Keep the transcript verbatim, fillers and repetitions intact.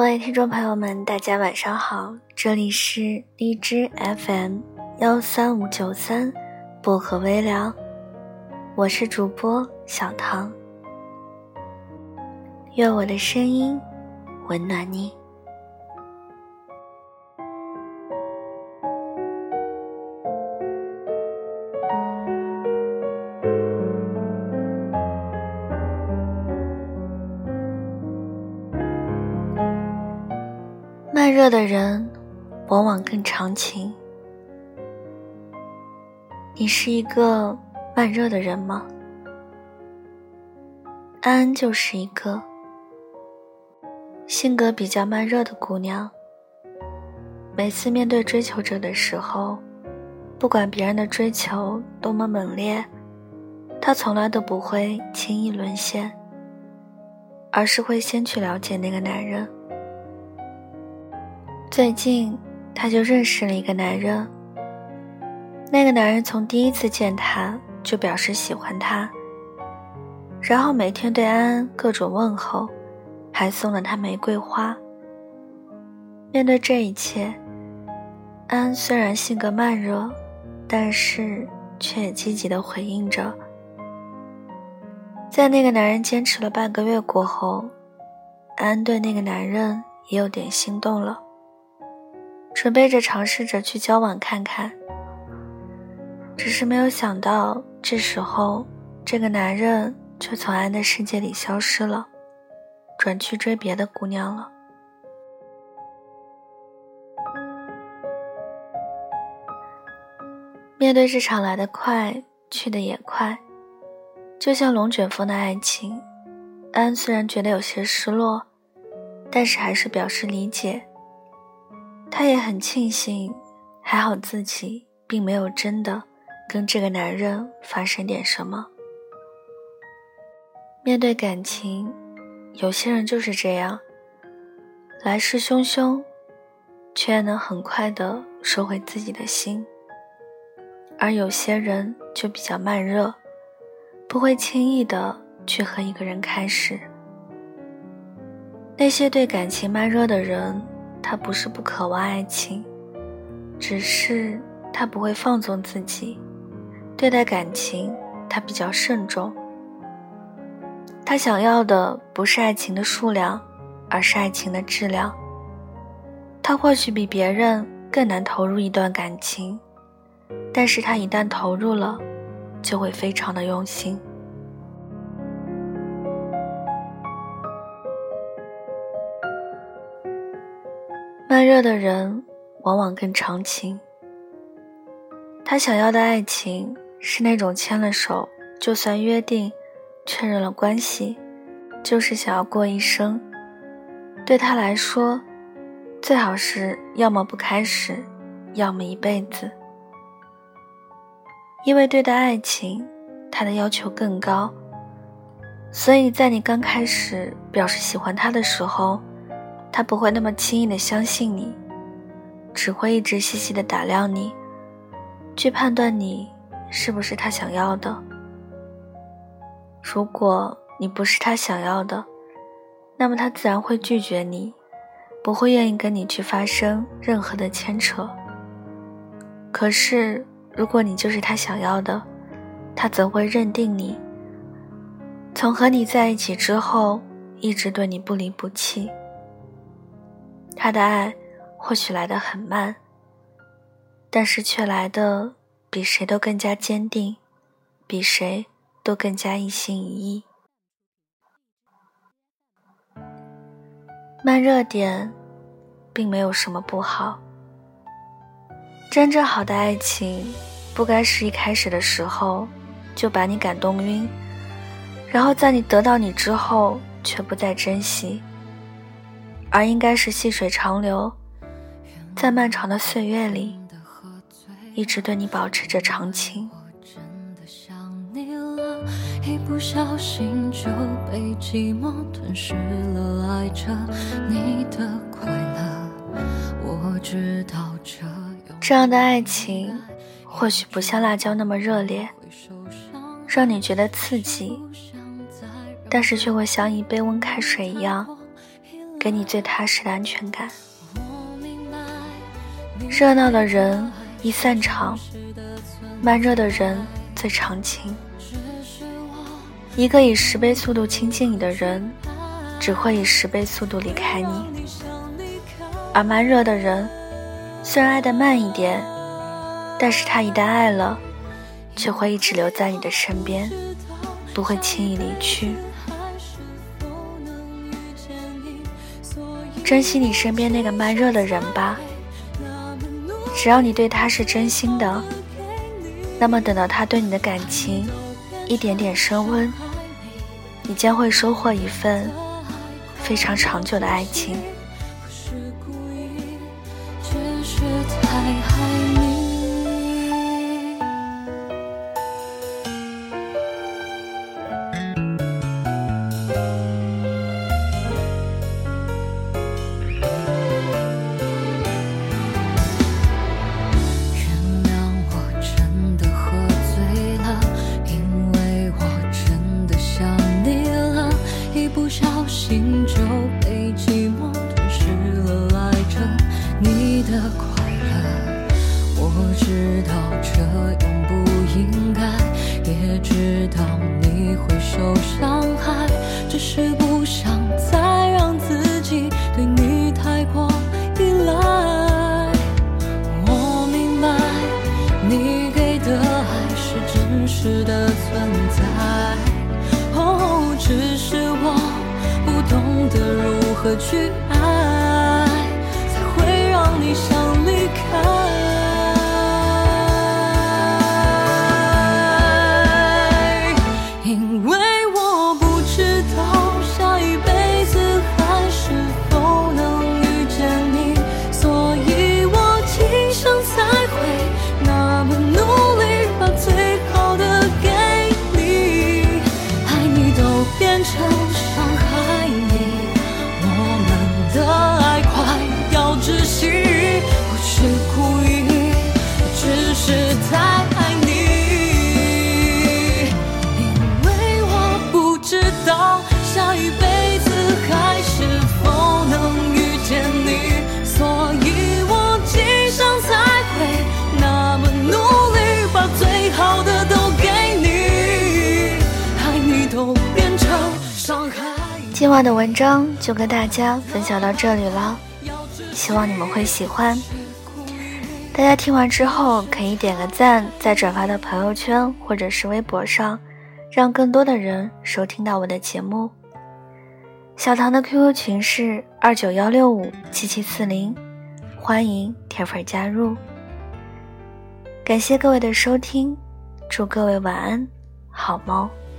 位听众朋友们，大家晚上好，这里是荔枝 F M 一三五九三薄荷微聊，我是主播小唐，愿我的声音温暖你。慢热的人往往更长情。你是一个慢热的人吗？安安就是一个性格比较慢热的姑娘。每次面对追求者的时候，不管别人的追求多么猛烈，她从来都不会轻易沦陷，而是会先去了解那个男人。最近她就认识了一个男人，那个男人从第一次见她就表示喜欢她，然后每天对安安各种问候，还送了她玫瑰花。面对这一切，安安虽然性格慢热，但是却也积极地回应着。在那个男人坚持了半个月过后，安安对那个男人也有点心动了，准备着尝试着去交往看看。只是没有想到，这时候这个男人却从安的世界里消失了，转去追别的姑娘了。面对这场来得快去得也快，就像龙卷风的爱情，安虽然觉得有些失落，但是还是表示理解。她也很庆幸，还好自己并没有真的跟这个男人发生点什么。面对感情，有些人就是这样，来势汹汹，却能很快地收回自己的心。而有些人就比较慢热，不会轻易地去和一个人开始。那些对感情慢热的人，他不是不渴望爱情，只是他不会放纵自己，对待感情他比较慎重。他想要的不是爱情的数量，而是爱情的质量。他或许比别人更难投入一段感情，但是他一旦投入了，就会非常的用心。慢热的人往往更长情。他想要的爱情是那种牵了手，就算约定确认了关系，就是想要过一生。对他来说，最好是要么不开始，要么一辈子。因为对待爱情，他的要求更高，所以在你刚开始表示喜欢他的时候，他不会那么轻易地相信你，只会一直细细地打量你，去判断你是不是他想要的。如果你不是他想要的，那么他自然会拒绝你，不会愿意跟你去发生任何的牵扯。可是如果你就是他想要的，他则会认定你，从和你在一起之后一直对你不离不弃。他的爱或许来得很慢，但是却来得比谁都更加坚定，比谁都更加一心一意。慢热点并没有什么不好，真正好的爱情不该是一开始的时候就把你感动晕，然后在你得到你之后却不再珍惜，而应该是细水长流，在漫长的岁月里一直对你保持着长情。 一不小心就被寂寞吞噬了，爱着你的快乐，我知道这这样的爱情或许不像辣椒那么热烈，让你觉得刺激，但是却会像一杯温开水一样， 给你最踏实的安全感。热闹的人易散场，慢热的人最长情。一个以十倍速度亲近你的人，只会以十倍速度离开你。而慢热的人虽然爱得慢一点，但是他一旦爱了，却会一直留在你的身边，不会轻易离去。珍惜你身边那个慢热的人吧，只要你对他是真心的，那么等到他对你的感情一点点升温，你将会收获一份非常长久的爱情。 太爱你。原谅我真的喝醉了，因为我真的想你了，一不小心就被寂寞吞噬了来着你的快乐。我知道这样不应该，也知道你会受伤害，只是不想再让自己对你太过依赖。我明白你给的爱是真实的存在，哦，只是我不懂得如何去爱，才会让你想离开。 今晚的文章就跟大家分享到这里了，希望你们会喜欢。大家听完之后可以点个赞，再转发到朋友圈或者是微博上，让更多的人收听到我的节目。小唐的 Q Q 群是二九一六五七七四零，欢迎铁粉加入。感谢各位的收听，祝各位晚安，好梦。